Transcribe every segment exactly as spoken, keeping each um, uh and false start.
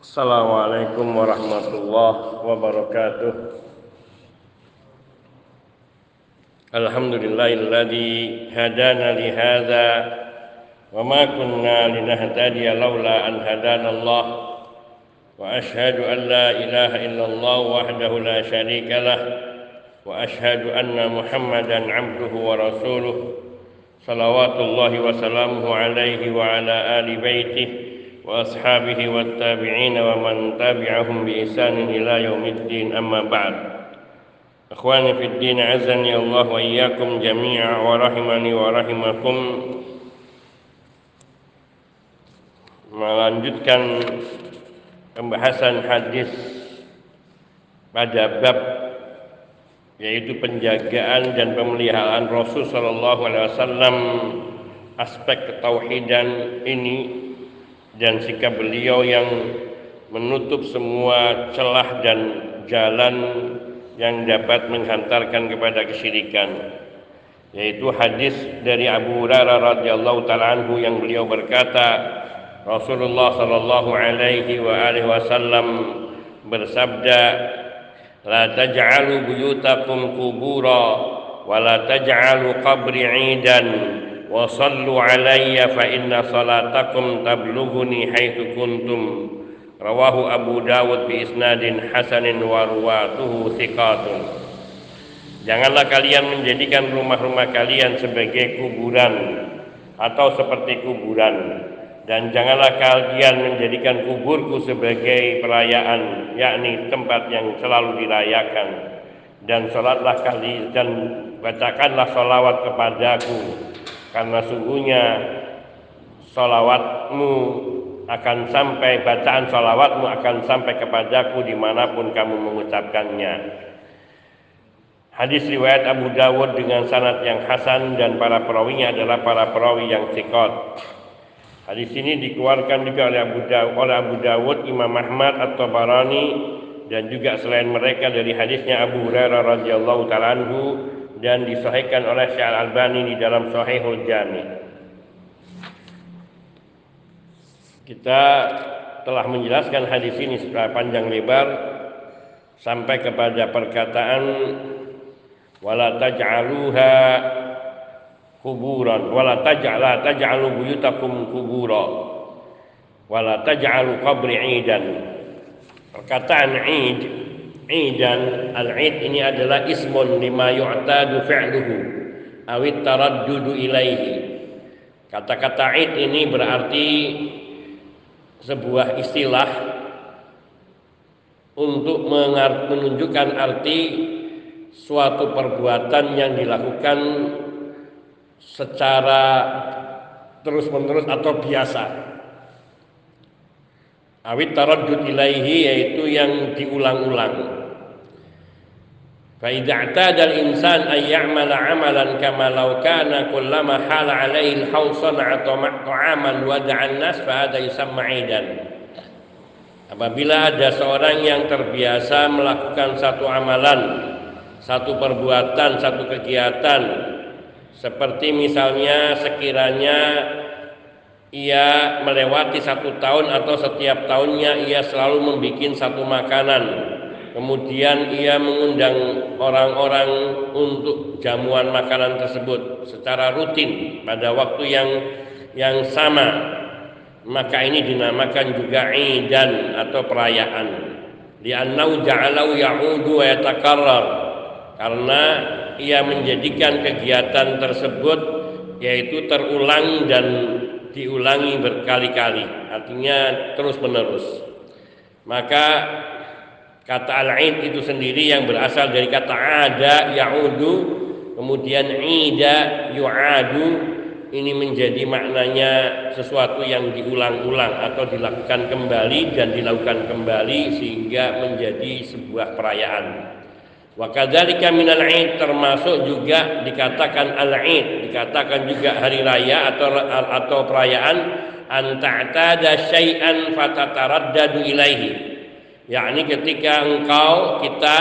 Assalamualaikum warahmatullahi wabarakatuh. Alhamdulillahilladzi hadana li hadza wa ma kunna linahtadiya laula an hadanallah wa asyhadu an la ilaha illallah wahdahu la syarika lah wa asyhadu anna Muhammadan abduhu wa rasuluh salawatullahi wa salamuhu alaihi wa ala ali baitihi wa ashabihi wa tabi'in wa man tabi'ahum bi ihsanin ila yaumiddin, amma ba'd. Akhwani fid din, azani Allah wa iyyakum jami'a wa rahimani wa rahimakum. Melanjutkan pembahasan hadis pada bab yaitu penjagaan dan pemeliharaan Rasul sallallahu alaihi wasallam aspek ketauhidan ini dan sikap beliau yang menutup semua celah dan jalan yang dapat menghantarkan kepada kesyirikan, yaitu hadis dari Abu Hurairah radhiyallahu taala anhu yang beliau berkata, Rasulullah sallallahu alaihi wa alihi wasallam bersabda, la taj'alu buyutakum qubura wa la taj'alu qabri 'idan wa sallu alayya fa inna salatakum tablughuni haitsu kuntum. Rawahu Abu Dawud bi isnadin hasanin wa ruwatuhu thiqatun. Janganlah kalian menjadikan rumah-rumah kalian sebagai kuburan atau seperti kuburan, dan janganlah kalian menjadikan kuburku sebagai perayaan, yakni tempat yang selalu dirayakan. Dan salatlah kalian dan bacakanlah salawat kepadaku, karena sungguhnya salawatmu akan sampai, bacaan salawatmu akan sampai kepadaku dimanapun kamu mengucapkannya. Hadis riwayat Abu Dawud dengan sanad yang hasan dan para perawinya adalah para perawi yang thiqat. Hadis ini dikeluarkan juga oleh Abu Dawud, oleh Abu Dawud, Imam Ahmad At-Tabarani, dan juga selain mereka dari hadisnya Abu Hurairah radhiyallahu taala anhu, dan disahihkan oleh Syekh Al-Albani di dalam Shahihul Jami'. Kita telah menjelaskan hadis ini secara panjang lebar sampai kepada perkataan wala taj'aluha kuburan wala taj'ala taj'alu buyutakum kubura wala taj'alu qabri 'idan. Perkataan 'id, idan, al-id ini adalah ismun lima yu'tadu fi'luhu awit taraddudu ilaihi. Kata-kata id ini berarti sebuah istilah untuk menunjukkan arti suatu perbuatan yang dilakukan secara terus-menerus atau biasa. Awit taraddud ilaihi, yaitu yang diulang-ulang. Fa idza i'tada al-insan ay ya'mala 'amalan kama law kana kullama hala 'alaihi al-hawsan ta'aman wa da'an nas fa hadha yusamma 'idan. Apabila ada seorang yang terbiasa melakukan satu amalan, satu perbuatan, satu kegiatan, seperti misalnya sekiranya ia melewati satu tahun atau setiap tahunnya ia selalu membuat satu makanan, kemudian ia mengundang orang-orang untuk jamuan makanan tersebut secara rutin pada waktu yang yang sama, maka ini dinamakan juga idan atau perayaan. Li'annahu ja'alahu ya'udu wa yatakarrar, karena ia menjadikan kegiatan tersebut yaitu terulang dan diulangi berkali-kali, artinya terus-menerus. Maka kata al-id itu sendiri yang berasal dari kata ada ya'udu, kemudian ida yu'adu, ini menjadi maknanya sesuatu yang diulang-ulang atau dilakukan kembali dan dilakukan kembali sehingga menjadi sebuah perayaan. Wa kadzalika minal 'id, termasuk juga dikatakan al-'id, dikatakan juga hari raya atau atau perayaan, an ta'tada syai'an fatataraddadu ilaihi, yakni ketika engkau kita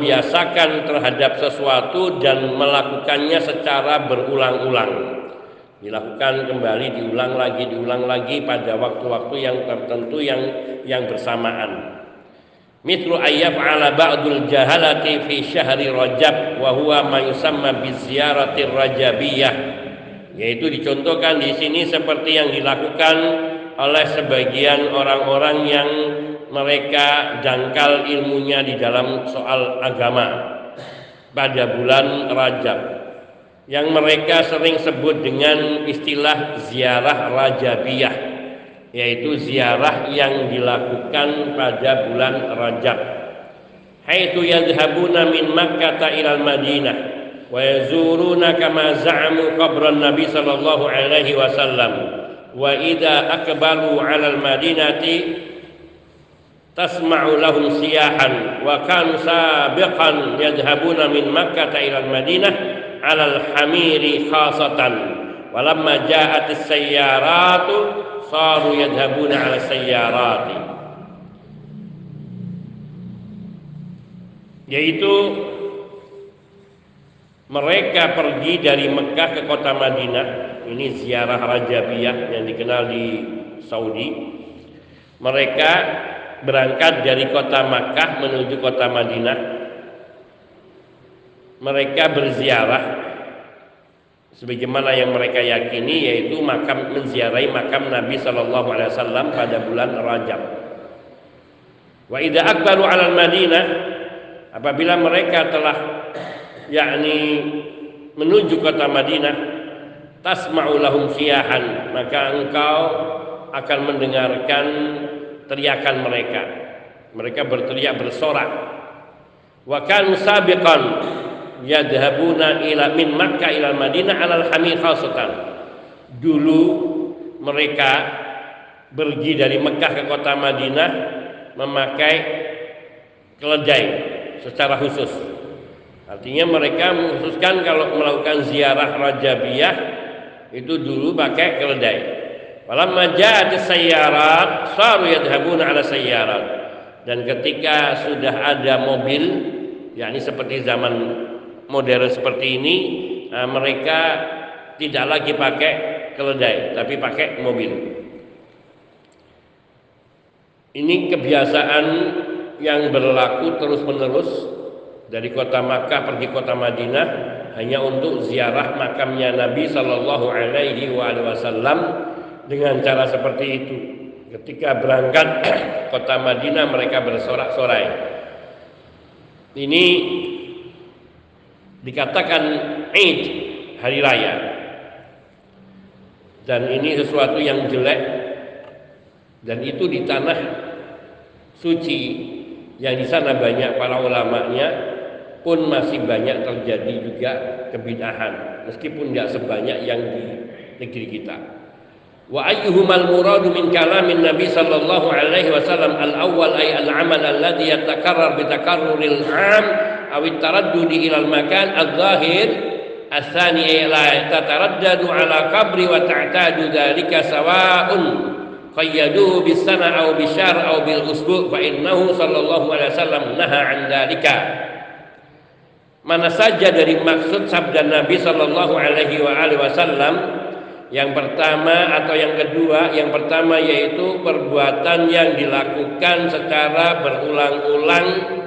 membiasakan terhadap sesuatu dan melakukannya secara berulang-ulang. dilakukan kembali, diulang lagi, diulang lagi pada waktu-waktu yang tertentu yang yang bersamaan. Mithlu ayyaf'ala ba'dul jahalati fi syahri Rajab wa huwa ma yusamma biziyaratir rajabiyah, yaitu dicontohkan di sini seperti yang dilakukan oleh sebagian orang-orang yang mereka dangkal ilmunya di dalam soal agama pada bulan Rajab, yang mereka sering sebut dengan istilah ziarah rajabiyah, yaitu ziarah yang dilakukan pada bulan Rajab. Haitsu yadhhabuna min Makkah ila al-Madinah wa yazuruna kama za'amu qabran Nabi sallallahu alaihi wasallam, wa idza aqbalu 'ala al-Madinati tasma'u lahum siyahan, wa kanu sabiqan yadhhabuna min Makkah ila al-Madinah 'ala al-hamiri khasatan, walamma ja'at as-sayyaratu saru yadhabuna 'ala sayyarati, yaitu mereka pergi dari Mekah ke kota Madinah. Ini ziarah rajabiyah yang dikenal di Saudi. Mereka berangkat dari kota Makkah menuju kota Madinah. Mereka berziarah sebagaimana yang mereka yakini, yaitu makam, menziarahi makam Nabi sallallahu alaihi wasallam pada bulan Rajab. Wa idza aqbalu 'ala al-Madinah, apabila mereka telah yakni menuju kota Madinah, tasma'u lahum siyahan, maka engkau akan mendengarkan teriakan mereka. Mereka berteriak bersorak. Wa kanu sabiqan yadhabuna ila min Makkah ila Madinah alal hamir khasatan. Dulu mereka pergi dari Mekah ke kota Madinah memakai keledai secara khusus. Artinya mereka mengkhususkan kalau melakukan ziarah rajabiyah itu dulu pakai keledai. Walamma ja'at as-sayyarat saru yadhhabuna 'ala sayyarat. Dan ketika sudah ada mobil, yakni seperti zaman modern seperti ini, nah, mereka tidak lagi pakai keledai tapi pakai mobil. Ini kebiasaan yang berlaku terus-menerus dari kota Makkah pergi kota Madinah hanya untuk ziarah makamnya Nabi sallallahu alaihi wasallam dengan cara seperti itu. Ketika berangkat kota Madinah mereka bersorak-sorai. Ini dikatakan Eid, hari raya, dan ini sesuatu yang jelek, dan itu di tanah suci yang di sana banyak para ulamanya pun masih banyak terjadi juga kebid'ahan, meskipun tidak sebanyak yang di negeri kita. Wa ayyuhumal muradu min kalamin Nabi sallallahu alaihi wasallam al-awwal ay al-amal alladhi yatakarrar bi takarruril 'am aw at-taraddudi ila al-makan adh-dhahir, ats-tsani la tataraddadu 'ala qabri wa ta'tadu dhalika sawa'un qayyaduhu bis-sana aw bisyar aw bil usbu' fa innahu sallallahu alaihi wasallam naha 'an dhalika. Mana saja dari maksud sabda Nabi sallallahu alaihi wasallam, yang pertama atau yang kedua, yang pertama yaitu perbuatan yang dilakukan secara berulang-ulang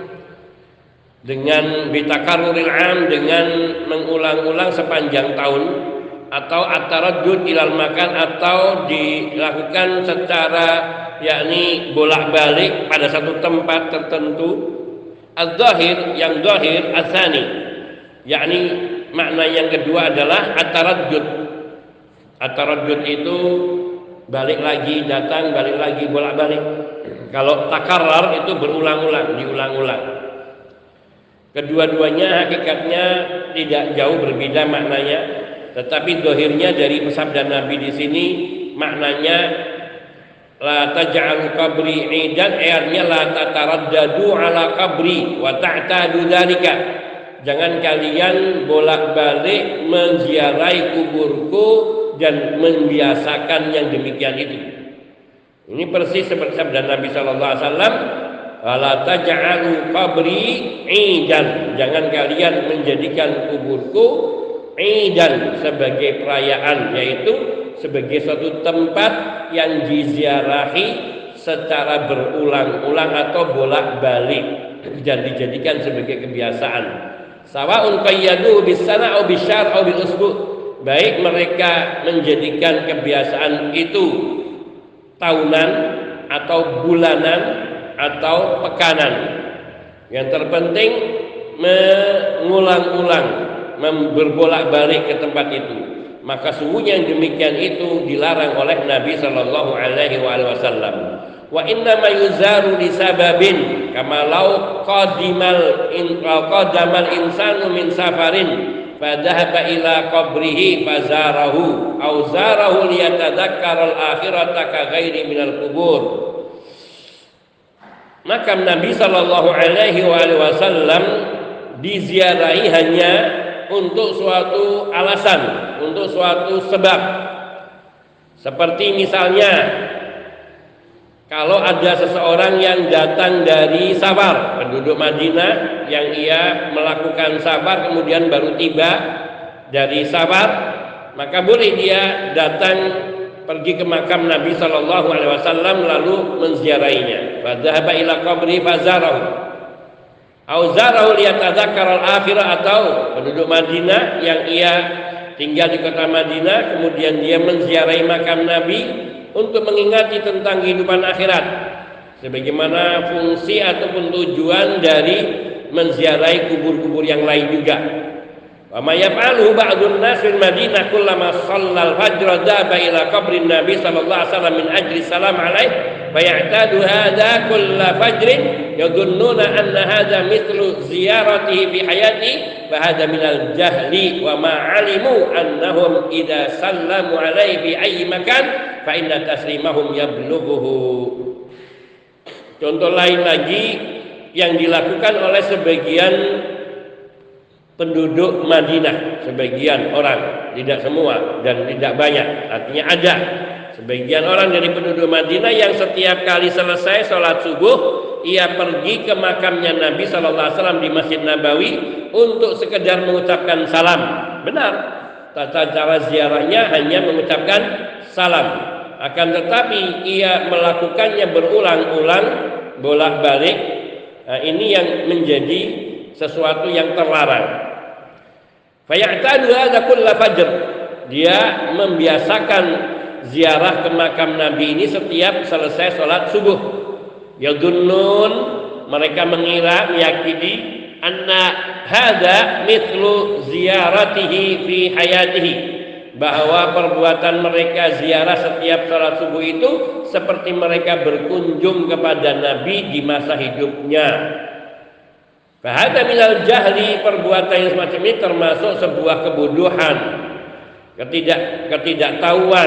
dengan bitakarruril 'am, dengan mengulang-ulang sepanjang tahun, atau at-taraddud ilal makan, atau dilakukan secara yakni bolak-balik pada satu tempat tertentu. Az-zahir, yang zahir, ats-tsani, yakni makna yang kedua adalah at-taraddud. At-taraddud itu balik lagi, datang, balik lagi, bolak-balik. Kalau takarrar itu berulang-ulang, diulang-ulang. Kedua-duanya hakikatnya tidak jauh berbeda maknanya, tetapi zahirnya dari sabda Nabi di sini maknanya la taj'alu qabri 'idan, artinya la tataraddadu 'ala qabri wa ta'tadu dzalika. Jangan kalian bolak-balik menziarahi kuburku dan membiasakan yang demikian itu. Ini persis seperti sabda Nabi sallallahu alaihi wasallam, la taj'alu qabri 'idan. Jangan kalian menjadikan kuburku idan sebagai perayaan, yaitu sebagai suatu tempat yang diziarahi secara berulang-ulang atau bolak-balik dan dijadikan sebagai kebiasaan. Sawaun qayyadu bisana au bisyar au bil usbu, baik mereka menjadikan kebiasaan itu tahunan atau bulanan atau pekanan. Yang terpenting mengulang-ulang, berbolak-balik ke tempat itu. Maka sungguhnya yang demikian itu dilarang oleh Nabi Shallallahu Alaihi Wasallam. Wa inna ma yuzaru li sababin kama law qadimal in qadamal insanu min safarin fadhahaba ila qabrihi fazarahu aw zarahu liyatadzakkara al-akhirata ka ghairi minal qubur. Maka Nabi Shallallahu Alaihi Wasallam diziarahi hanya untuk suatu alasan, untuk suatu sebab. Seperti misalnya kalau ada seseorang yang datang dari Safar, penduduk Madinah yang ia melakukan safar kemudian baru tiba dari Safar, maka boleh dia datang pergi ke makam Nabi Shallallahu Alaihi Wasallam lalu menziarahinya. Fadzahaba ila qabri fazarahu. Auzarahu liyatadzakkara al-akhirah, atau penduduk Madinah yang ia tinggal di kota Madinah kemudian dia menziarahi makam Nabi untuk mengingati tentang kehidupan akhirat, sebagaimana fungsi ataupun tujuan dari menziarahi kubur-kubur yang lain juga. Wa ma yaf'aluhu ba'dun nas fil Madinah kullama shallal fajr dhaba ila qabrin Nabi sallallahu alaihi wasallam min ajli salam alaihi fa ya'tadu hadha kull fajrin yadhunnuna anna hadha mithlu ziyaratihi fi hayati fa hadha min al-jahli wa ma 'alimu annahum idza sallamu alaihi fi ayyi makan fa inna taslimahum yablughuhu. Contoh lain lagi yang dilakukan oleh sebagian penduduk Madinah, sebagian orang, tidak semua dan tidak banyak, artinya ada sebagian orang dari penduduk Madinah yang setiap kali selesai sholat subuh ia pergi ke makamnya Nabi Shallallahu Alaihi Wasallam di Masjid Nabawi untuk sekedar mengucapkan salam. Benar, tata cara ziarahnya hanya mengucapkan salam, akan tetapi ia melakukannya berulang-ulang, bolak-balik. Nah, ini yang menjadi sesuatu yang terlarang. Fayatadu hadza kulla fajr, dia membiasakan ziarah ke makam Nabi ini setiap selesai sholat subuh. Yadunnun, mereka mengira, meyakini anna hadza mithlu ziyaratihi fi hayatihi, bahwa perbuatan mereka ziarah setiap sholat subuh itu seperti mereka berkunjung kepada Nabi di masa hidupnya. Fahada minal jahli, perbuatan yang semacam ini termasuk sebuah kebodohan, ketidak ketidaktahuan.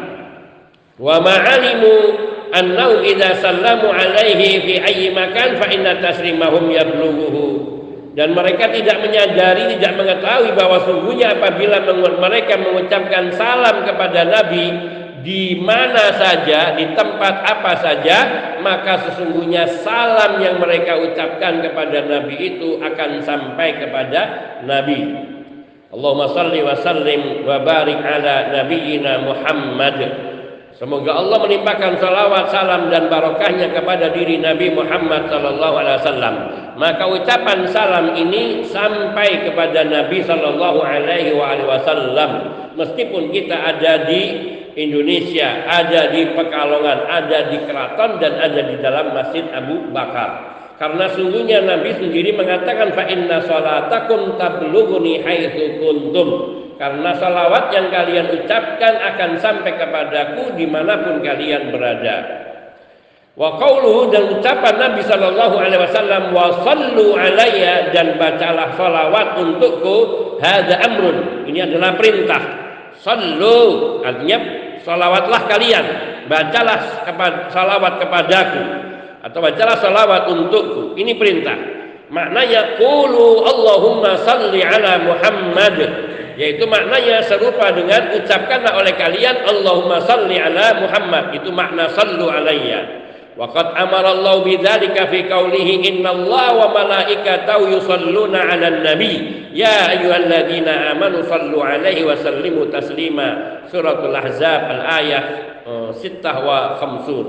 Wa ma'alimu annahum idza sallamu alaihi fi ayyi makan fa inna taslimahum yablughuhu. Dan mereka tidak menyadari, tidak mengetahui bahwa sungguhnya apabila mereka mengucapkan salam kepada Nabi di mana saja, di tempat apa saja, maka sesungguhnya salam yang mereka ucapkan kepada Nabi itu akan sampai kepada Nabi. Allahumma salli wa sallim wa barik ala nabiyyina Muhammad. Semoga Allah menimpakan salawat, salam dan barokahnya kepada diri Nabi Muhammad sallallahu alaihi wasallam. Maka ucapan salam ini sampai kepada Nabi sallallahu alaihi wasallam meskipun kita ada di Indonesia, ada di Pekalongan, ada di Keraton, dan ada di dalam Masjid Abu Bakar. Karena sungguhnya Nabi sendiri mengatakan fa inna sholatakum tablughuni haitsu kuntum. Karena salawat yang kalian ucapkan akan sampai kepadaku dimanapun kalian berada. Wa qauluhu, dan ucapan Nabi sallallahu alaihi wasallam wa sallu alayya, dan bacalah salawat untukku, hadza amrun, ini adalah perintah. Sallu artinya salawatlah kalian, bacalah kepada salawat kepadaku atau bacalah salawat untukku, ini perintah. Maknanya qulu Allahumma salli ala Muhammad, yaitu maknanya serupa dengan ucapkanlah oleh kalian Allahumma salli ala Muhammad, itu makna sallu alayya. Waqad amara Allah bidzalika fi qoulihi innallaha wa malaikatahu yusholluna 'alan nabi ya ayyuhalladzina amanu shallu 'alaihi wa sallimu taslima. Suratul Ahzab al-ayah sittah wa khamsun.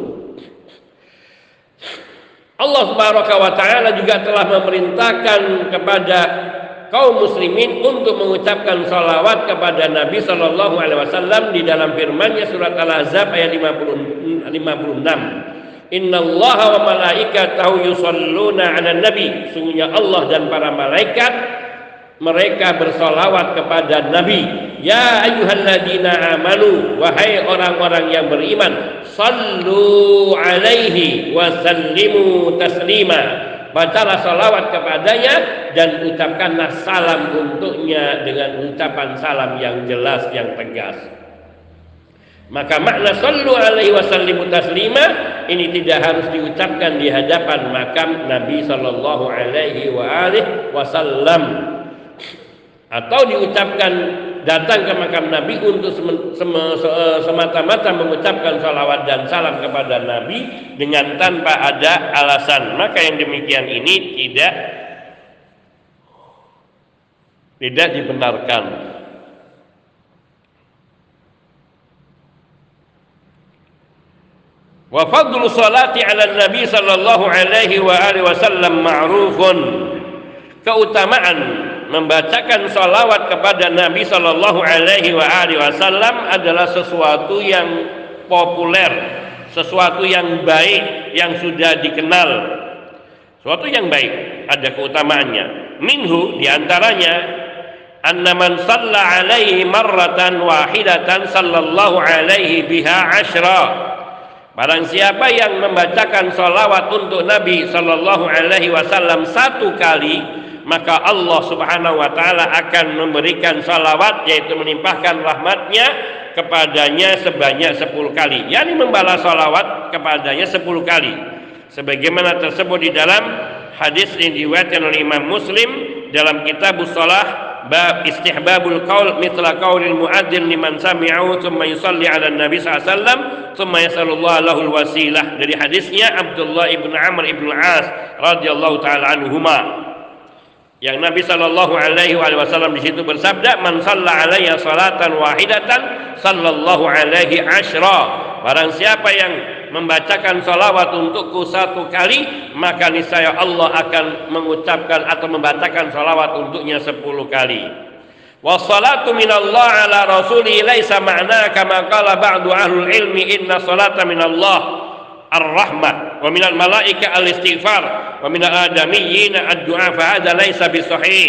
Allah Subhanahu wa taala juga telah memerintahkan kepada kaum muslimin untuk mengucapkan salawat kepada Nabi sallallahu alaihi wasallam di dalam firman-Nya surat Al-Ahzab ayat lima puluh enam. Innallaha wa malaikatahu yusholluna 'alan nabi. Sungguhnya Allah dan para malaikat mereka bersolawat kepada Nabi. Ya ayyuhalladzina amanu, wahai orang-orang yang beriman, sallu alaihi wa sallimu taslima. Bacalah salawat kepadanya dan ucapkanlah salam untuknya dengan ucapan salam yang jelas, yang tegas. Maka makna sallu alaihi wa sallimu taslima ini tidak harus diucapkan di hadapan makam Nabi sallallahu alaihi wa alihi wasallam, atau diucapkan datang ke makam Nabi untuk semata-mata mengucapkan salawat dan salam kepada Nabi dengan tanpa ada alasan. Maka yang demikian ini tidak tidak dibenarkan. Wa fadlu salati 'ala Nabi sallallahu alaihi wa alihi wasallam ma'rufun. Keutamaan membacakan salawat kepada Nabi sallallahu alaihi wa alihi wasallam adalah sesuatu yang populer, sesuatu yang baik, yang sudah dikenal, sesuatu yang baik, ada keutamaannya. Minhu, diantaranya, anna man shalla alaihi marratan wahidatan sallallahu alaihi biha ashra. Barang siapa yang membacakan salawat untuk Nabi sallallahu alaihi wasallam satu kali, maka Allah Subhanahu wa taala akan memberikan salawat, yaitu menimpahkan rahmatnya kepadanya sebanyak sepuluh kali, yakni membalas salawat kepadanya sepuluh kali, sebagaimana tersebut di dalam hadis yang diriwayatkan oleh Imam Muslim dalam Kitabus Shalah, bab istihbabul qaul mithla qaulil muadzin liman sami'ahu thumma yusalli 'ala nabi sallallahu alaihi wasallam thumma yasallallahu lahul wasilah, dari hadisnya Abdullah ibn Amr ibn al-As radhiyallahu taala anhuma, yang Nabi sallallahu alaihi wasallam di situ bersabda, man shalla alayya salatan wahidatan sallallahu alaihi ashra. Barang siapa yang membacakan salawat untukku satu kali, maka niscaya Allah akan mengucapkan atau membacakan salawat untuknya sepuluh kali. Wassalatu minallah ala rasuli laisa ma'na kama qala ba'du ahlul ilmi inna salata minallah ar-rahmah wa minal malaika al-istighfar wa minal adamiyyin ad-du'a fa hadza laisa bisahih.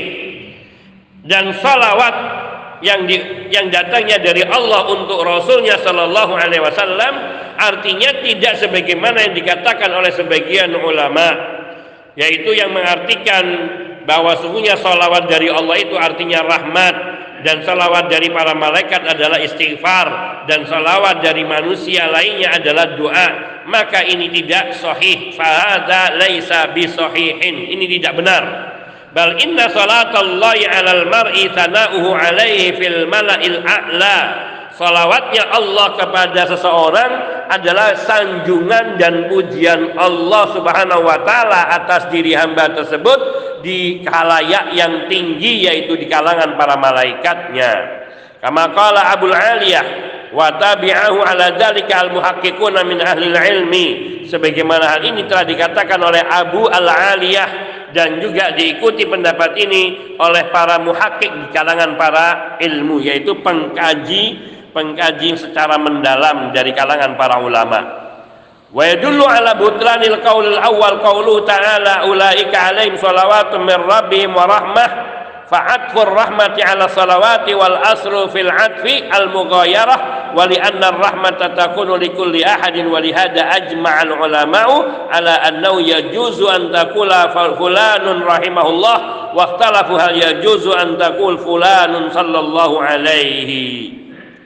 Dan salawat yang di, yang datangnya dari Allah untuk Rasulnya sallallahu alaihi wasallam artinya tidak sebagaimana yang dikatakan oleh sebagian ulama, yaitu yang mengartikan bahwa sungguhnya salawat dari Allah itu artinya rahmat, dan salawat dari para malaikat adalah istighfar, dan salawat dari manusia lainnya adalah doa. Maka ini tidak sahih. Fahadza laisa bisahihin, ini tidak benar. Bal inna salatallahi 'alal mar'i thana'uhu 'alaihi fil mala'il a'la. Salawatnya Allah kepada seseorang adalah sanjungan dan pujian Allah Subhanahu wa taala atas diri hamba tersebut di khalayak yang tinggi, yaitu di kalangan para malaikatnya. Kama qala Abul Aliyah wa tabi'ahu 'ala dzalika al-muhaqqiquna min ahli ilmi. Sebagaimana hal ini telah dikatakan oleh Abu Al-Aliyah, dan juga diikuti pendapat ini oleh para muhakkik di kalangan para ilmu, yaitu pengkaji pengkaji secara mendalam dari kalangan para ulama. Wa yadullu ala butlanil qaulil awwal qauluhu ta'ala ulaika alaihim shalawatun min rabbihim wa rahmah fa'atfur rahmati ala salawati wal asru fil atfi al mughayarah wa li anna ar-rahmata takunu li kulli ahadin wa li hada ajma'al ulama'u ala annahu yajuzu an taqula fulanun rahimahullah wa ikhtalafu hal yajuzu an taqul fulanun sallallahu alaihi.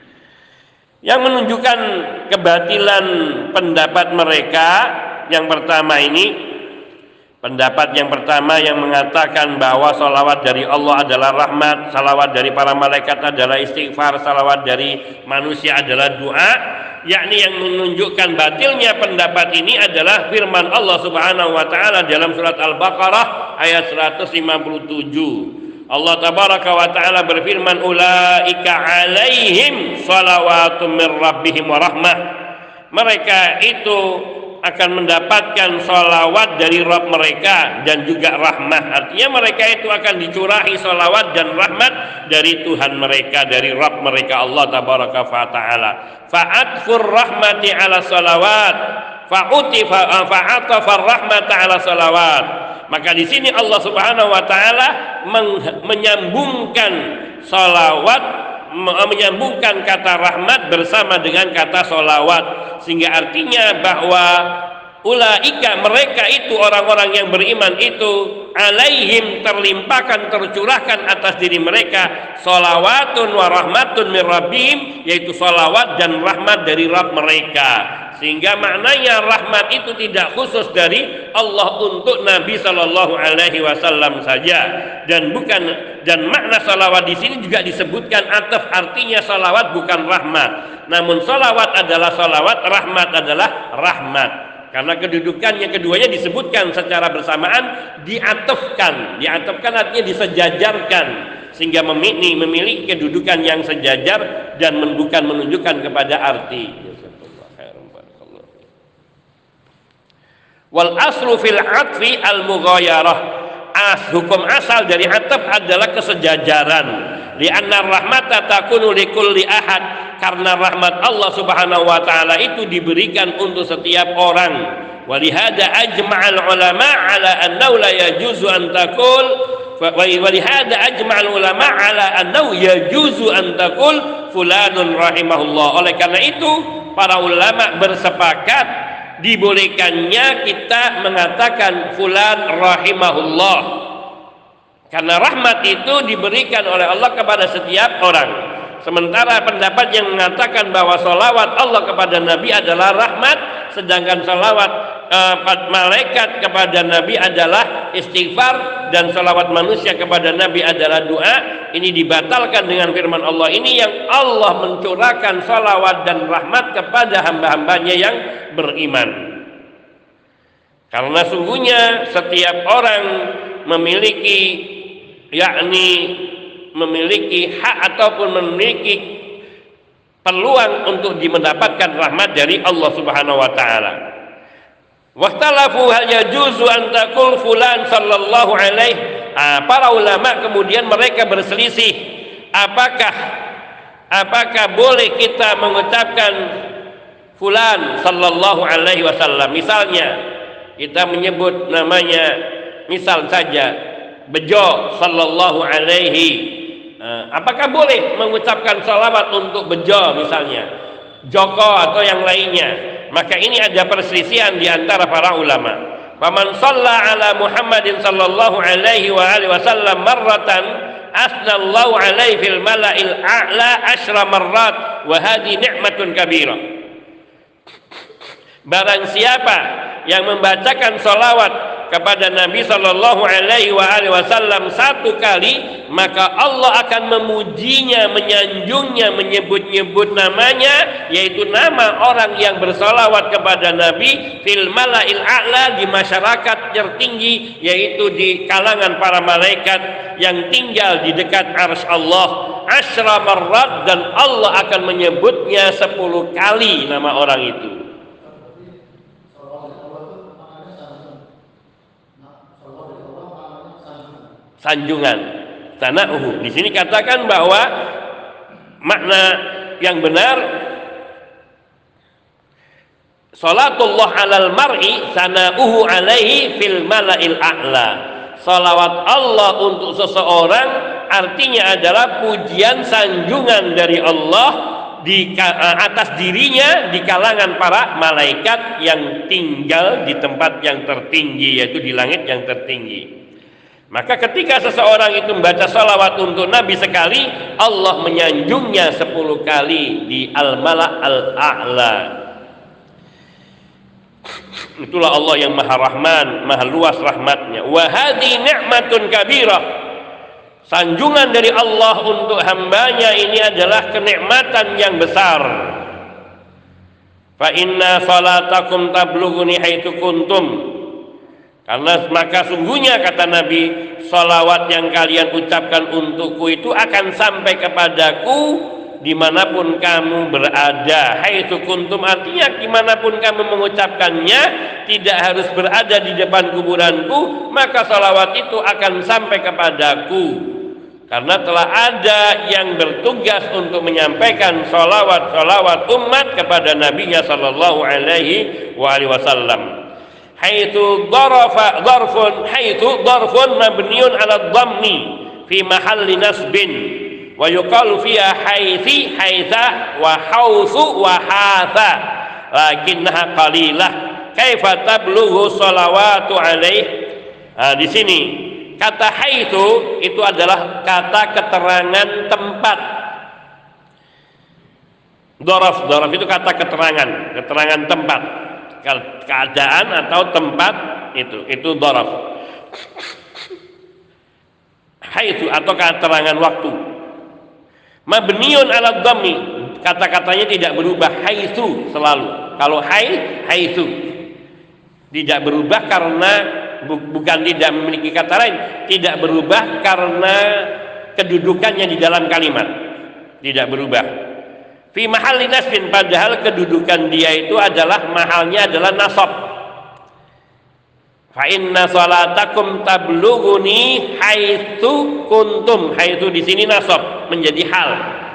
Yang menunjukkan kebatilan pendapat mereka yang pertama ini, pendapat yang pertama yang mengatakan bahwa salawat dari Allah adalah rahmat, salawat dari para malaikat adalah istighfar, salawat dari manusia adalah doa. yakni yang menunjukkan batilnya pendapat ini adalah firman Allah Subhanahu wa taala dalam surat Al-Baqarah ayat seratus lima puluh tujuh. Allah tabaraka wa taala berfirman, ulaika alaihim shalawatun mir rabbihim wa rahmah. Mereka itu akan mendapatkan sholawat dari Rabb mereka dan juga rahmat. Artinya mereka itu akan dicurahi sholawat dan rahmat dari Tuhan mereka, dari Rabb mereka Allah tabaraka wa ta'ala. Fa'atfur rahmati ala sholawat fa'utifa fa'atafar rahmata ala sholawat. Maka di sini Allah subhanahu wa ta'ala menyambungkan sholawat, menyambungkan kata rahmat bersama dengan kata sholawat, sehingga artinya bahwa ulaika, mereka itu orang-orang yang beriman itu, alaihim, terlimpahkan, tercurahkan atas diri mereka sholawatun wa rahmatun min rabbihim, yaitu sholawat dan rahmat dari Rabb mereka. Sehingga maknanya rahmat itu tidak khusus dari Allah untuk Nabi Shallallahu Alaihi Wasallam saja, dan bukan, dan makna salawat di sini juga disebutkan ataf, artinya salawat bukan rahmat, namun salawat adalah salawat, rahmat adalah rahmat, karena kedudukannya keduanya disebutkan secara bersamaan, diatafkan, diatafkan artinya disejajarkan, sehingga memiliki, memiliki kedudukan yang sejajar dan bukan menunjukkan kepada arti. Wal aslu fil atfi al mughayarah. As, hukum asal dari ataf adalah kesejajaran. Li'anna rahmata takunu likulli ahad, karena rahmat Allah Subhanahu wa taala itu diberikan untuk setiap orang. Walihada ajma'al ulama ala annahu la yajuzu an taqul walihada ajma'al ulama ala annahu yajuzu an taqul fulanun rahimahullah. Oleh karena itu para ulama bersepakat dibolehkannya kita mengatakan fulan rahimahullah, karena rahmat itu diberikan oleh Allah kepada setiap orang. Sementara pendapat yang mengatakan bahwa sholawat Allah kepada Nabi adalah rahmat, sedangkan sholawat eh, malaikat kepada Nabi adalah istighfar, dan sholawat manusia kepada Nabi adalah doa, ini dibatalkan dengan firman Allah ini, yang Allah mencurahkan sholawat dan rahmat kepada hamba-hambanya yang beriman. Karena sungguhnya setiap orang memiliki, yakni memiliki hak ataupun memiliki peluang untuk mendapatkan rahmat dari Allah Subhanahu wa taala. Waqtalafu hal yajuzu an taqul fulan sallallahu alaihi. Ah, para ulama kemudian mereka berselisih, apakah apakah boleh kita mengucapkan fulan sallallahu alaihi wasallam. Misalnya kita menyebut namanya, misal saja Bejo sallallahu alaihi. Apakah boleh mengucapkan salawat untuk Bejo misalnya, Joko atau yang lainnya? Maka ini ada perselisihan di antara para ulama. Faman shalla ala Muhammadin sallallahu alaihi wa alihi wasallam marratan asnallahu alaihi fil mala'il a'la asyra marrat wa hadhi ni'matun kabira. Barang siapa yang membacakan salawat kepada Nabi Shallallahu Alaihi Wasallam satu kali, maka Allah akan memujinya, menyanjungnya, menyebut-nyebut namanya, yaitu nama orang yang bersalawat kepada Nabi fil mala'il a'la, di masyarakat tertinggi, yaitu di kalangan para malaikat yang tinggal di dekat arsy Allah, asyra marrat, dan Allah akan menyebutnya sepuluh kali nama orang itu. Sanjungan, sana'uhu. Di sini katakan bahwa makna yang benar, salatullah alal mar'i sana'uhu alaihi fil mala'il a'la. Salawat Allah untuk seseorang artinya adalah pujian, sanjungan dari Allah di atas dirinya di kalangan para malaikat yang tinggal di tempat yang tertinggi, yaitu di langit yang tertinggi. Maka ketika seseorang itu membaca salawat untuk Nabi sekali, Allah menyanjungnya sepuluh kali di al-mala' al-a'la. Itulah Allah yang maha rahman, maha luas rahmatnya. Wa hadhi ni'matun kabirah. Sanjungan dari Allah untuk hambanya ini adalah kenikmatan yang besar. fa inna salatakum tablughuni haitsu kuntum, karena maka sungguhnya kata Nabi, salawat yang kalian ucapkan untukku itu akan sampai kepadaku dimanapun kamu berada. Haitsu kuntum artinya dimanapun kamu mengucapkannya, tidak harus berada di depan kuburanku, maka salawat itu akan sampai kepadaku. Karena telah ada yang bertugas untuk menyampaikan salawat-salawat umat kepada Nabinya sallallahu alaihi wasallam. Haitsu dharafa dharfun haitsu dharfun mabniun ala dhammi fi mahalli nasbin wa yuqalu fiha haitsi haitsa wa hausu wa hatha lakinnaha qalilah kaifa tablughu salawatu alaih. Nah, di sini kata haitsu itu adalah kata keterangan tempat. Dharaf, dharaf itu kata keterangan, keterangan tempat, keadaan atau tempat itu, itu dharaf. Haitsu atau keterangan waktu. Mabniun ala dhammi, kata-katanya tidak berubah, haitsu selalu. Kalau hai, haitsu tidak berubah karena bukan tidak memiliki kata lain, tidak berubah karena kedudukannya di dalam kalimat, tidak berubah. Fi mahalli nasbin, padahal kedudukan dia itu adalah mahalnya adalah nasab. Fa inna salatakum tablughuni haitsu kuntum, haitsu di sini nasab menjadi hal.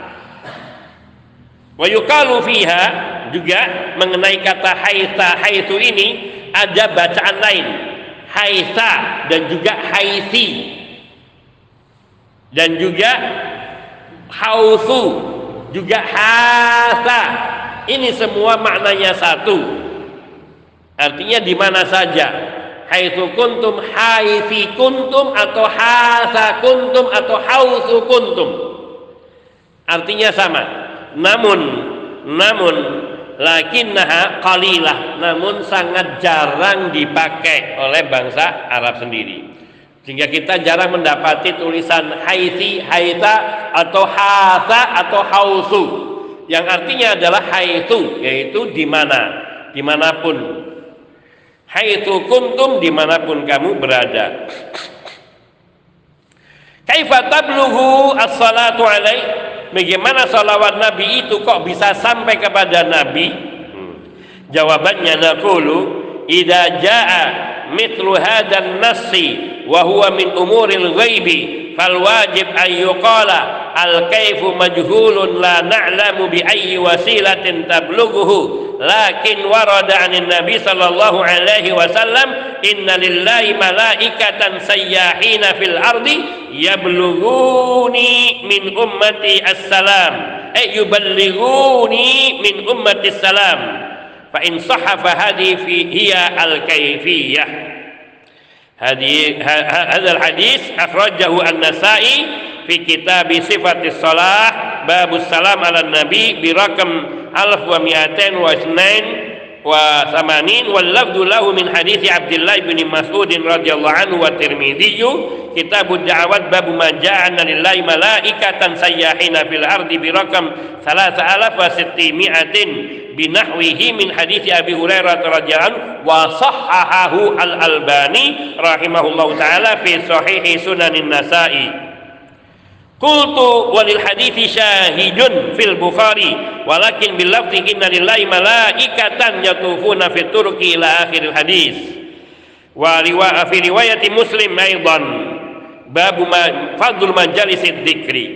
Wa yuqalu fiha, juga mengenai kata haitsa haitsu ini ada bacaan lain, haitsa dan juga haitsi dan juga hausu, juga hasa. Ini semua maknanya satu, artinya di mana saja. Haitsu kuntum, haitsi kuntum, atau hasa kuntum, atau hausu kuntum, artinya sama. Namun namun lakinnaha qalilah, namun sangat jarang dipakai oleh bangsa Arab sendiri, sehingga kita jarang mendapati tulisan haitsi, haitsa, atau hasa, atau hausu yang artinya adalah haitsu, yaitu di mana, dimanapun. Haitsu kuntum, dimanapun kamu berada. Kaifa tablughu as-salatu alaih, bagaimana salawat Nabi itu kok bisa sampai kepada Nabi? Hmm. Jawabannya naqulu idza jaa mithlu hadzal nassi wa huwa min umuril ghaibi fal wajib an yuqala al kaifu majhulun la na'lamu bi ayyi wasilatin tablughu lakin warada 'anil nabi sallallahu alaihi wasallam inna lillahi malaikatan sayyahina fil ardi yablughuni min ummati as-salam ay yuballighuni min ummati as-salam fa in sahha fa hadhihi hiya al-kayfiyah. Hadis hadzal hadis akhrajahu an-Nasa'i fi kitab sifatis shalah babus salam ala nabi bi rakam alf wa mi'atain wa isnain wa thamanin wal lafdhu lahu min hadits Abdullah bin Mas'ud radhiyallahu anhu wa Tirmidzi kitabud da'awat bab ma ja'ana lillahi malaikatan sayyahina fil ardi bi rakam tiga alaf wa sittimi'atin binahwihi min hadits Abi Hurairah radhiyallahu anhu wa sahhahahu al-Albani rahimahullahu taala fi sahih Sunanin Nasa'i. Qultu walil hadithi syahidun fil Bukhari walakin bil lafzi inna lillahi malaikatan yatufuna fit turqi ila akhiril hadis. Wa riwayat fi riwayat Muslim aidan bab fadlul majalisid dzikri.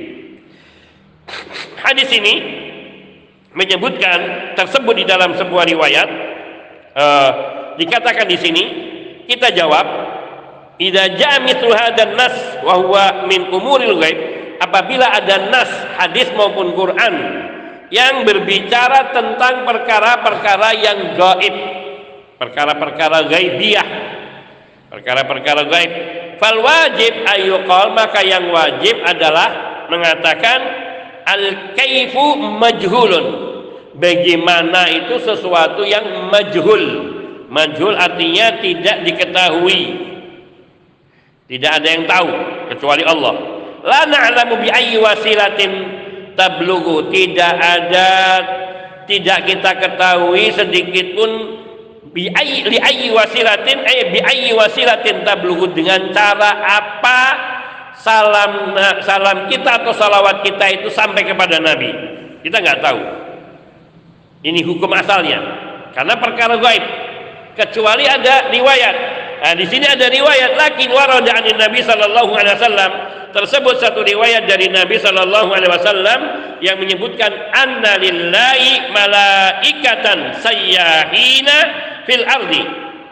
Hadis ini menyebutkan tersebut di dalam sebuah riwayat, uh, dikatakan di sini, kita jawab idza ja'a mithlu hadzal nas wa huwa min umuril ghaib, apabila ada nas hadis maupun Quran yang berbicara tentang perkara-perkara yang gaib, perkara-perkara gaibiyah, perkara-perkara gaib, fal wajib ayyuqal, maka yang wajib adalah mengatakan al kaifu majhulun, bagaimana itu sesuatu yang majhul. Majhul artinya tidak diketahui, tidak ada yang tahu kecuali Allah. La na'lamu bi ayyi wasilatin tablughu, tidak ada tidak kita ketahui sedikit pun bi ayyi li ayyi wasilatin ay bi ayyi wasilatin tablughu, dengan cara apa salam salam kita atau salawat kita itu sampai kepada Nabi. Kita nggak tahu. Ini hukum asalnya karena perkara gaib, kecuali ada riwayat. Nah, di sini ada riwayat, lakin warada anin Nabi sallallahu alaihi wasallam, tersebut satu riwayat dari Nabi sallallahu alaihi wasallam yang menyebutkan anna lillahi malaikatan sayyahina fil ardi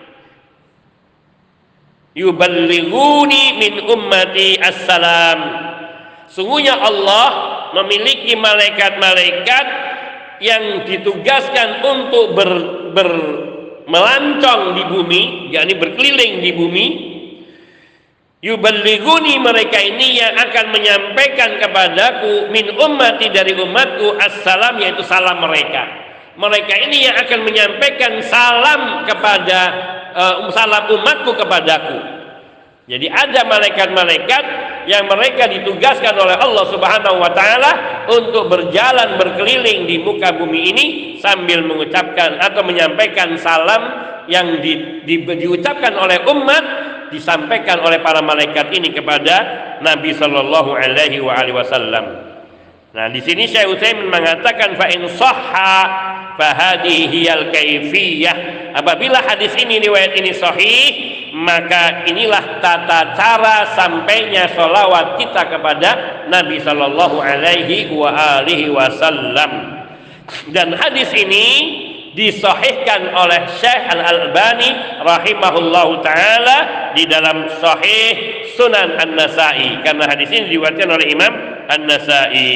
yuballighuni min ummati assalam. Sungguhnya Allah memiliki malaikat-malaikat yang ditugaskan untuk ber, ber melancong di bumi, yakni berkeliling di bumi. Yuballighuni, mereka ini yang akan menyampaikan kepadaku min ummati, dari umatku, assalam, yaitu salam mereka. Mereka ini yang akan menyampaikan salam kepada uh, salam umatku kepadaku. Jadi ada malaikat-malaikat yang mereka ditugaskan oleh Allah Subhanahu wa taala untuk berjalan berkeliling di muka bumi ini sambil mengucapkan atau menyampaikan salam yang di, di, diucapkan oleh umat, disampaikan oleh para malaikat ini kepada Nabi sallallahu alaihi wasallam. Nah, di sini Syekh Utsaimin mengatakan fa in shahha fa hadhihi al kaifiyah. Apabila hadis ini, riwayat ini sahih, maka inilah tata cara sampainya salawat kita kepada Nabi sallallahu alaihi wasallam. Dan hadis ini disahihkan oleh Syekh Al-Albani rahimahullahu taala di dalam Sahih Sunan An-Nasa'i, karena hadis ini diriwayatkan oleh Imam An-Nasa'i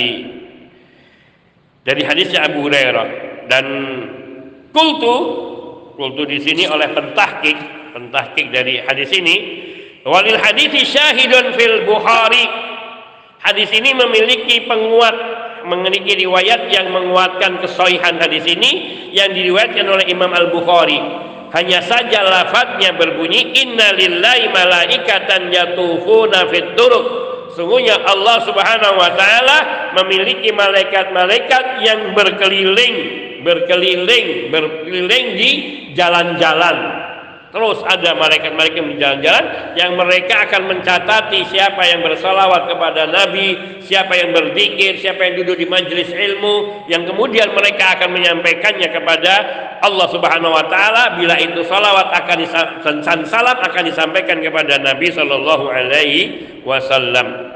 dari hadisnya Abu Hurairah. Dan kultu kultu di sini oleh pentahqiq pentahqiq dari hadis ini, walil hadits syahidun fil Bukhari, hadis ini memiliki penguat, memiliki riwayat yang menguatkan kesahihan hadis ini yang diriwayatkan oleh Imam Al-Bukhari. Hanya saja lafadznya berbunyi inna lillahi malaikatan yatufuna fit turuq. Sungguhnya Allah Subhanahu wa taala memiliki malaikat-malaikat yang berkeliling, berkeliling, berkeliling di jalan-jalan. Terus ada malaikat-malaikat di jalan-jalan yang mereka akan mencatati siapa yang bersalawat kepada Nabi, siapa yang berzikir, siapa yang duduk di majelis ilmu, yang kemudian mereka akan menyampaikannya kepada Allah Subhanahu wa taala. Bila itu salawat akan disampaikan, salam akan disampaikan kepada Nabi sallallahu alaihi wasallam.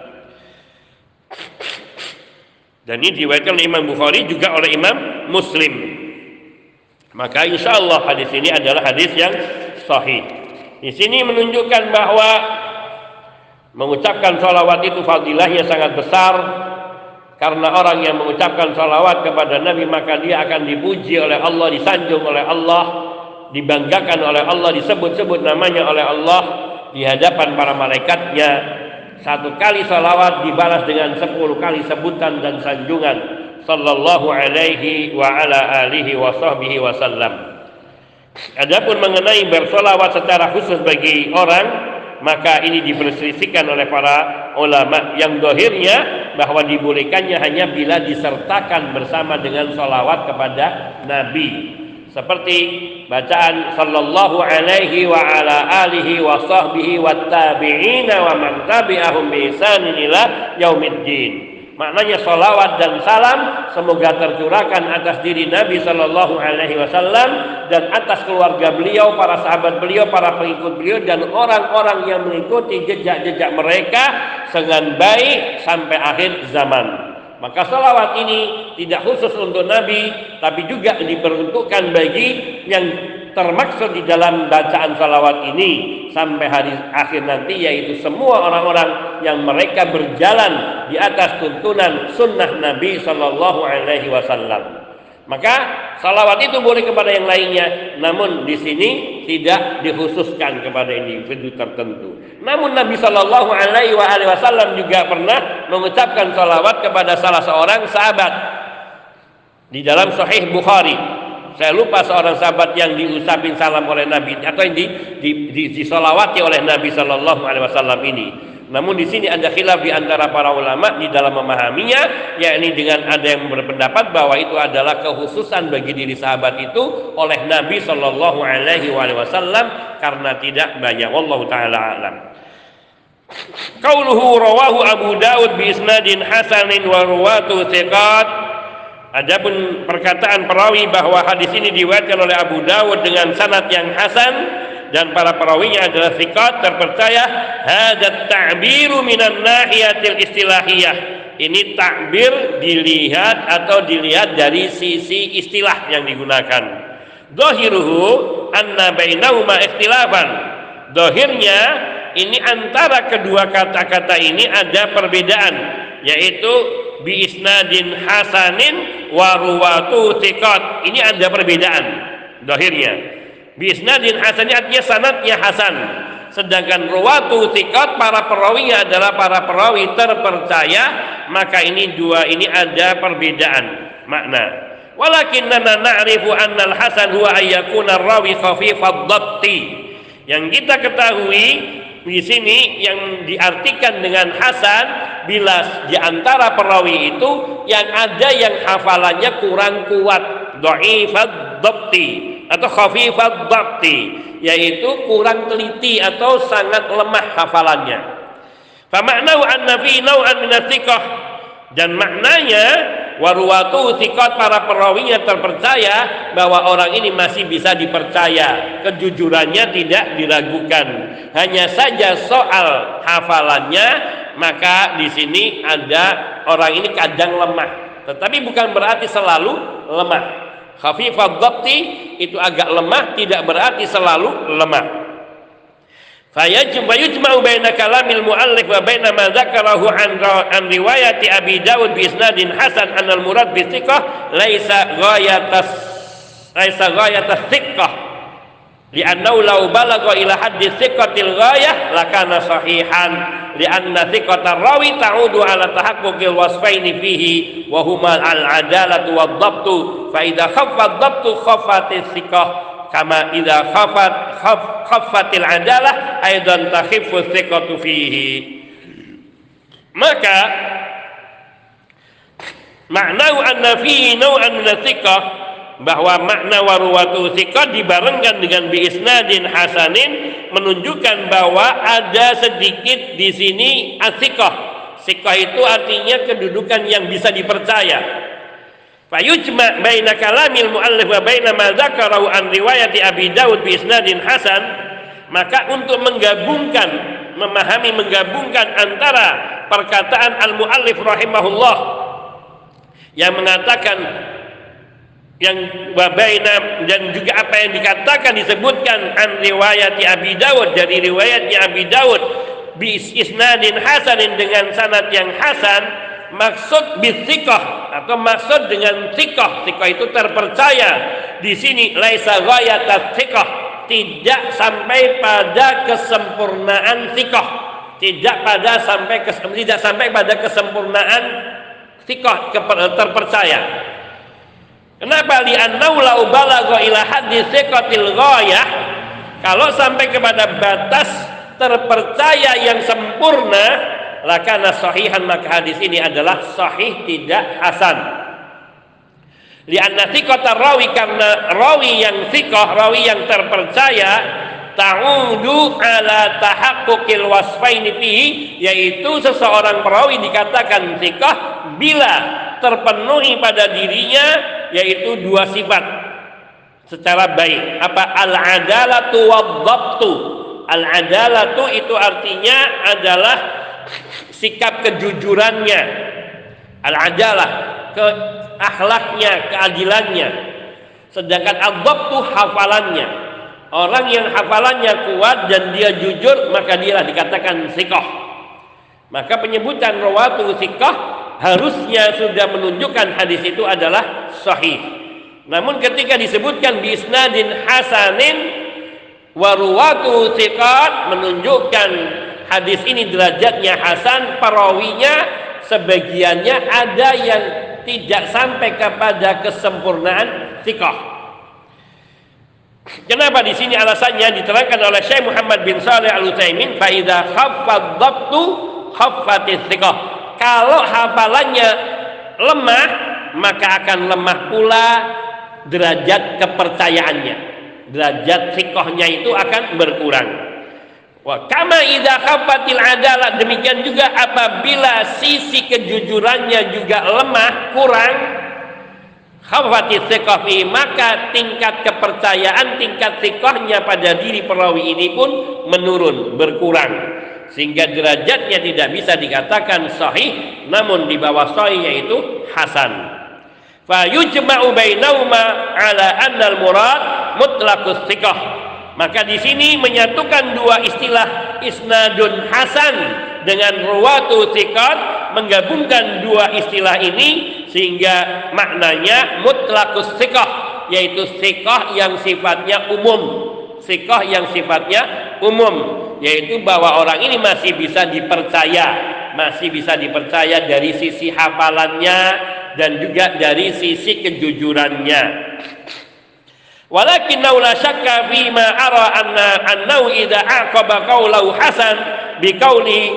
Dan ini diriwayatkan oleh Imam Bukhari juga oleh Imam Muslim. Maka insya Allah hadis ini adalah hadis yang sahih. Di sini menunjukkan bahwa mengucapkan salawat itu fadilahnya sangat besar, karena orang yang mengucapkan salawat kepada Nabi maka dia akan dipuji oleh Allah, disanjung oleh Allah, dibanggakan oleh Allah, disebut-sebut namanya oleh Allah di hadapan para malaikatnya. Satu kali salawat dibalas dengan sepuluh kali sebutan dan sanjungan sallallahu alaihi wa ala alihi wa sahbihi wasallam. Adapun mengenai bersolawat secara khusus bagi orang, maka ini diperselisihkan oleh para ulama, yang dohirnya bahwa dibolehkannya hanya bila disertakan bersama dengan solawat kepada Nabi, seperti bacaan sallallahu alaihi wa ala alihi wa sahbihi wa tabi'ina wa man tabi'ahum bi ihsanin ila yaumiddin. Maknanya salawat dan salam semoga tercurahkan atas diri Nabi sallallahu alaihi wasallam dan atas keluarga beliau, para sahabat beliau, para pengikut beliau, dan orang-orang yang mengikuti jejak-jejak mereka dengan baik sampai akhir zaman. Maka salawat ini tidak khusus untuk Nabi, tapi juga diperuntukkan bagi yang termaksud di dalam bacaan salawat ini sampai hari akhir nanti, yaitu semua orang-orang yang mereka berjalan di atas tuntunan sunnah Nabi sallallahu alaihi wasallam. Maka salawat itu boleh kepada yang lainnya, namun di sini tidak dikhususkan kepada individu tertentu. Namun Nabi sallallahu alaihi wasallam juga pernah mengucapkan salawat kepada salah seorang sahabat di dalam Sahih Bukhari. Saya lupa seorang sahabat yang diucapin salam oleh Nabi atau yang di, di, di, disolawati oleh Nabi sallallahu alaihi wasallam ini. Namun di sini ada khilaf di antara para ulama di dalam memahaminya, yakni dengan ada yang berpendapat bahwa itu adalah kekhususan bagi diri sahabat itu oleh Nabi Shallallahu Alaihi Wasallam karena tidak banyak. Wallahu taala alam. Qauluhu rawahu Abu Daud bi isnadin hasanin wa ruwatu thiqat. Adapun perkataan perawi bahwa hadis ini diriwayatkan oleh Abu Daud dengan sanad yang hasan dan para perawinya adalah thiqat terpercaya, hadzat ta'biru minan nahiyatil istilahiyah. Ini takbir dilihat atau dilihat dari sisi istilah yang digunakan. Dhahiruhu anna bainahuma ikhtilafan. Dhahirnya ini antara kedua kata-kata ini ada perbedaan, yaitu bi isnadin hasanin wa ruwatu thiqat. Ini ada perbedaan dhahirnya. Bi isnadin hasanin artinya sanadnya hasan, sedangkan ruwatu thiqat para perawinya adalah para perawi terpercaya, maka ini dua ini ada perbedaan makna. Walakinna na'rifu anna al-hasan huwa ayyakuna ar-rawi khafifad dhabti. Yang kita ketahui di sini yang diartikan dengan hasan bila di antara perawi itu yang ada yang hafalannya kurang kuat, dhaifad dhabti atau khafifad dhabti, yaitu kurang teliti atau sangat lemah hafalannya. Fa ma'nahu anna fi naw'an min ats-thiqah, dan maknanya waruwatu thiqat para perawinya terpercaya bahwa orang ini masih bisa dipercaya, kejujurannya tidak diragukan. Hanya saja soal hafalannya, maka di sini ada orang ini kadang lemah, tetapi bukan berarti selalu lemah. Khafifad dhabti itu agak lemah, tidak berarti selalu lemah. Fayajma'u baina kalamil muallif wa baina ma dzakarahu an an riwayati Abi Dawud bi isnadin hasan anal murad bi thiqah laisa ghayatas laisa ghayatas thiqah li'annahu law balagha ila haddi thiqatil ghayah lakana sahihan li'anna thiqatar rawi ta'udu ala tahaqquqil wasfaini fihi wa huma al-adalatu wad-dhabtu fa idza khaffa ad-dhabtu khaffatis thiqah kama idza khafat khaf, khaffatil adalah aidan takhiffu thiqatu fihi. Maka makna anna fihi naw'an min thiqah, bahwa makna waruwatu thiqah dibarengkan dengan bi isnadin hasanin menunjukkan bahwa ada sedikit di sini as-thiqah. Thiqah itu artinya kedudukan yang bisa dipercaya. Fayujma' baina kalamil muallif wa baina ma dzakarahu an riwayati Abi Dawud bi isnadin hasan, maka untuk menggabungkan, memahami menggabungkan antara perkataan al-muallif rahimahullah yang mengatakan yang wa baina dan juga apa yang dikatakan disebutkan an riwayati Abi Dawud dari riwayatnya Abi Dawud bi isnadin hasanin dengan sanad yang hasan, maksud bithiqah atau maksud dengan thiqah, thiqah itu terpercaya. Di sini laisa ghayatat thiqah, tidak sampai pada kesempurnaan thiqah, tidak pada sampai kes, tidak sampai pada kesempurnaan thiqah terpercaya. Kenapa? Li'annahu law balagha ila haddi thiqatil ghayah, kalau sampai kepada batas terpercaya yang sempurna, lakana sahihan, maka hadis ini adalah sahih, tidak hasan. Lianna thiqatar rawi, karena rawi yang thiqah, rawi yang terpercaya, ta'udu ala tahaqquqil wasfaini fihi, yaitu seseorang perawi dikatakan thiqah bila terpenuhi pada dirinya yaitu dua sifat secara baik. Apa? Al-adalatu wad-dhabtu. Al-adalatu itu artinya adalah sikap kejujurannya, al-adalah, ke akhlaknya, keadilannya. Sedangkan ad-dhabtu hafalannya. Orang yang hafalannya kuat dan dia jujur, maka dialah dikatakan thiqah. Maka penyebutan rawatu thiqah harusnya sudah menunjukkan hadis itu adalah sahih. Namun ketika disebutkan bi isnadin hasanin wa rawatu thiqat, menunjukkan hadis ini derajatnya hasan, perawinya sebagiannya ada yang tidak sampai kepada kesempurnaan thiqah. Kenapa di sini alasannya diterangkan oleh Syekh Muhammad bin Shalih Al-Utsaimin, fa idza khaffad dhabtu khaffatis thiqah. Kalau hafalannya lemah, maka akan lemah pula derajat kepercayaannya. Derajat thiqahnya itu akan berkurang. Wa kama idza khaffatil adalah, demikian juga apabila sisi kejujurannya juga lemah, kurang, khaffatis thiqah fi, maka tingkat kepercayaan, tingkat thiqahnya pada diri perawi ini pun menurun, berkurang, sehingga derajatnya tidak bisa dikatakan sahih, namun di bawah sahih yaitu hasan. Fa yujma'u bainahuma ala anna al-murad mutlaqus thiqah. Maka di sini menyatukan dua istilah isnadun hasan dengan ruwatu thiqat, menggabungkan dua istilah ini sehingga maknanya mutlaqus thiqah, yaitu thiqah yang sifatnya umum, thiqah yang sifatnya umum, yaitu bahwa orang ini masih bisa dipercaya, masih bisa dipercaya dari sisi hafalannya dan juga dari sisi kejujurannya. Walakinnahu la syakka fi ma ara anna annahu idza aqaba qawlahu hasan bi qawli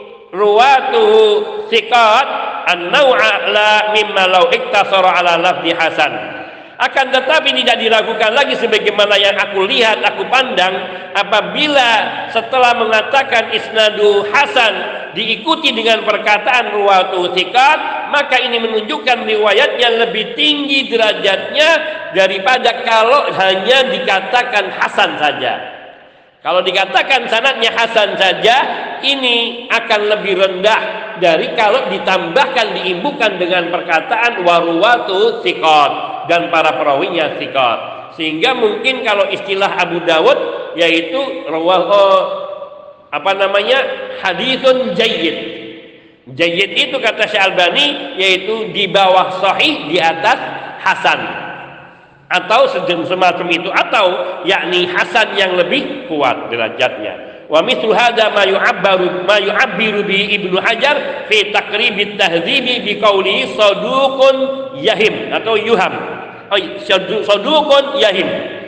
ruwatuhu thiqat an-naw'a la mimma law iktasara ala lafzi hasan. Akan tetapi tidak diragukan lagi sebagaimana yang aku lihat, aku pandang, apabila setelah mengatakan isnadu hasan diikuti dengan perkataan ruwatu thiqat, maka ini menunjukkan riwayatnya lebih tinggi derajatnya daripada kalau hanya dikatakan hasan saja. Kalau dikatakan sanadnya hasan saja, ini akan lebih rendah dari kalau ditambahkan, diimbukan dengan perkataan waruwatu thiqat dan para perawinya thiqat. Sehingga mungkin kalau istilah Abu Dawud yaitu rawah apa namanya haditsun jayyid. Jayyid itu kata Syekh Albani yaitu di bawah sahih, di atas hasan, atau semacam itu, atau yakni hasan yang lebih kuat derajatnya. Wa mithlu hadza ma yu'abbaru ma yu'abbiru bi Ibnu Hajar fi taqribit tahdzibi bi qauli saduqun yahim atau yuham. Oh, saduqun yahim.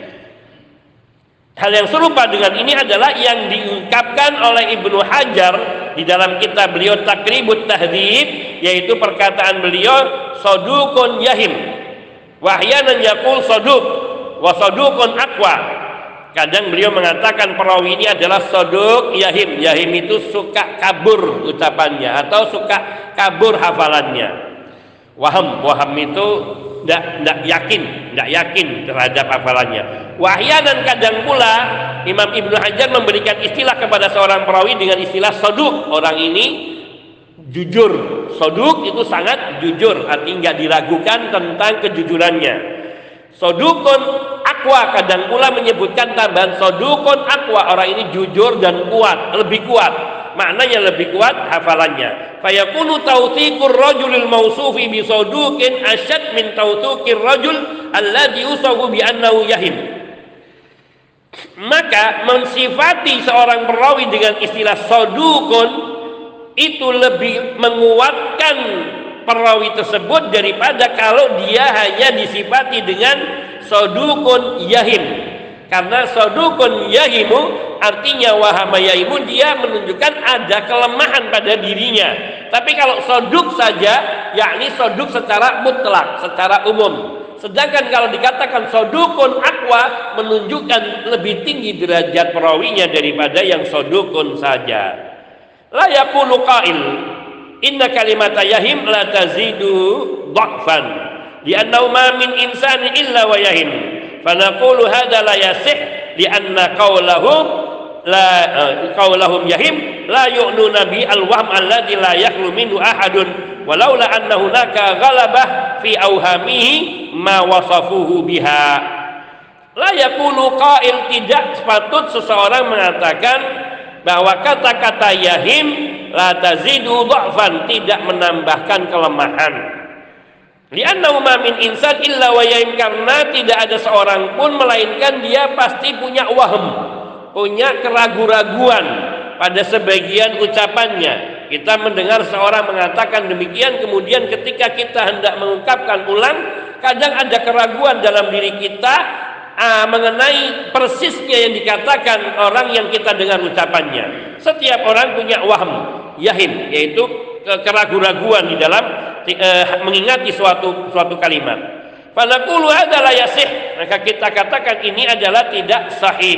Hal yang serupa dengan ini adalah yang diungkapkan oleh Ibnu Hajar di dalam kitab beliau Taqribut Tahdzib, yaitu perkataan beliau saduqun yahim. Wahyanan yaqul saduq wa saduqun aqwa. Kadang beliau mengatakan perawi ini adalah saduq yahim. Yahim itu suka kabur ucapannya atau suka kabur hafalannya. Waham, waham itu tidak tidak yakin, tidak yakin terhadap hafalannya. Wahyanan kadang pula Imam Ibnu Hajar memberikan istilah kepada seorang perawi dengan istilah saduq. Orang ini jujur. Saduq itu sangat jujur, artinya nggak diragukan tentang kejujurannya. Saduqun aqwa, kadang pula menyebutkan tambahan saduqun aqwa, orang ini jujur dan kuat, lebih kuat. Maknanya lebih kuat hafalannya. Fayakunu tawthiqur rajulil mausufi bi saduqin asyad min tawthiqir rajul alladhi yusafu bi annahu yahim. Maka mensifati seorang perawi dengan istilah saduqun itu lebih menguatkan perawi tersebut daripada kalau dia hanya disifati dengan saduqun yahim. Karena saduqun yahimu artinya wahama yahimu, dia menunjukkan ada kelemahan pada dirinya. Tapi kalau saduq saja, yakni saduq secara mutlak, secara umum. Sedangkan kalau dikatakan saduqun aqwa, menunjukkan lebih tinggi derajat perawinya daripada yang saduqun saja. La yaqulu qail inna kalimata yahim la tazidu dha'fan li'annahu ma min insani illa wa yahim. Fanaqulu hadza la yasih li'anna qawlahum la qawlahum yahim la yu'nuna bi al-wahm alladhi la yakhlu minhu ahadun walaula anna hunaka ghalabah fi awhamihi ma wasafuhu biha. La yaqulu qail, tidak sepatut seseorang mengatakan bahwa kata-kata yahim la tazidu dha'fan, tidak menambahkan kelemahan. Li'annahu ma min insan illa wa yahim, karena tidak ada seorang pun melainkan dia pasti punya wahm, punya keraguan-raguan pada sebagian ucapannya. Kita mendengar seorang mengatakan demikian, kemudian ketika kita hendak mengungkapkan ulang, kadang ada keraguan dalam diri kita ah, mengenai persisnya yang dikatakan orang yang kita dengar ucapannya. Setiap orang punya waham, yahim, yaitu keraguan-raguan di dalam eh, mengingati suatu suatu kalimat. Fanaqulu adalah yasih, maka kita katakan ini adalah tidak sahih,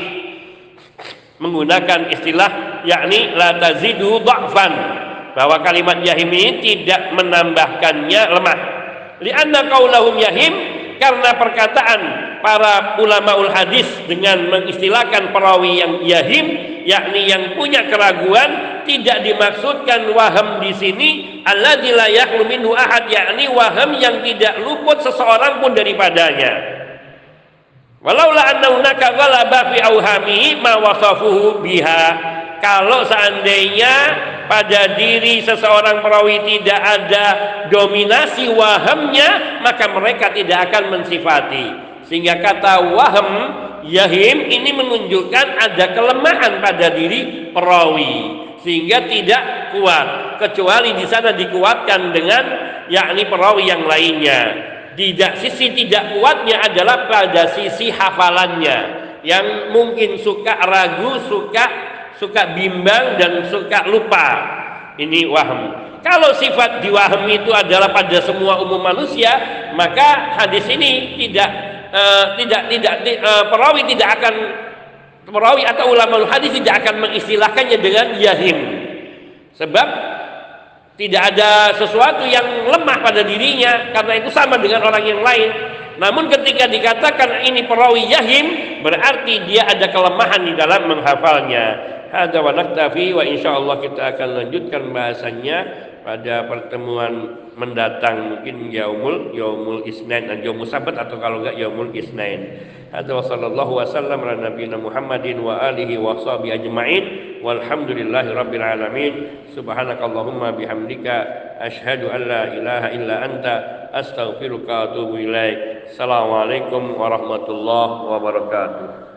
menggunakan istilah yakni la tazidu dha'fan, bahwa kalimat yahim ini tidak menambahkannya lemah. Lianna qaulahum yahim, karena perkataan para ulamaul hadis dengan mengistilahkan perawi yang yahim, yakni yang punya keraguan, tidak dimaksudkan waham di sini alladzi la yakhlu minhu ahad, yakni waham yang tidak luput seseorang pun daripadanya. Walaula anna hunaka ghalaba fi auhamihi ma wasafuhu biha, kalau seandainya pada diri seseorang perawi tidak ada dominasi wahamnya, maka mereka tidak akan mensifati. Sehingga kata waham yahim ini menunjukkan ada kelemahan pada diri perawi, sehingga tidak kuat, kecuali di sana dikuatkan dengan yakni perawi yang lainnya. Tidak, sisi tidak kuatnya adalah pada sisi hafalannya, yang mungkin suka ragu, suka suka bimbang dan suka lupa. Ini waham. Kalau sifat diwaham itu adalah pada semua umum manusia, maka hadis ini tidak uh, tidak tidak uh, perawi tidak akan perawi atau ulama hadis tidak akan mengistilahkannya dengan yahim, sebab tidak ada sesuatu yang lemah pada dirinya, karena itu sama dengan orang yang lain. Namun ketika dikatakan ini perawi yahim, berarti dia ada kelemahan di dalam menghafalnya. Hadza wa naktafi, wa insyaallah kita akan lanjutkan bahasannya pada pertemuan mendatang, mungkin yaumul yaumul isnain dan yaumul sabat, atau kalau enggak yaumul isnain. Hadza wa sallallahu wasallam ala nabiyina Muhammadin wa alihi wa sahbihi ajmain, walhamdulillahi rabbil alamin. Subhanakallahumma bihamdika asyhadu an la ilaha illa anta astaghfiruka wa atubu ilaik. Assalamualaikum warahmatullahi wabarakatuh.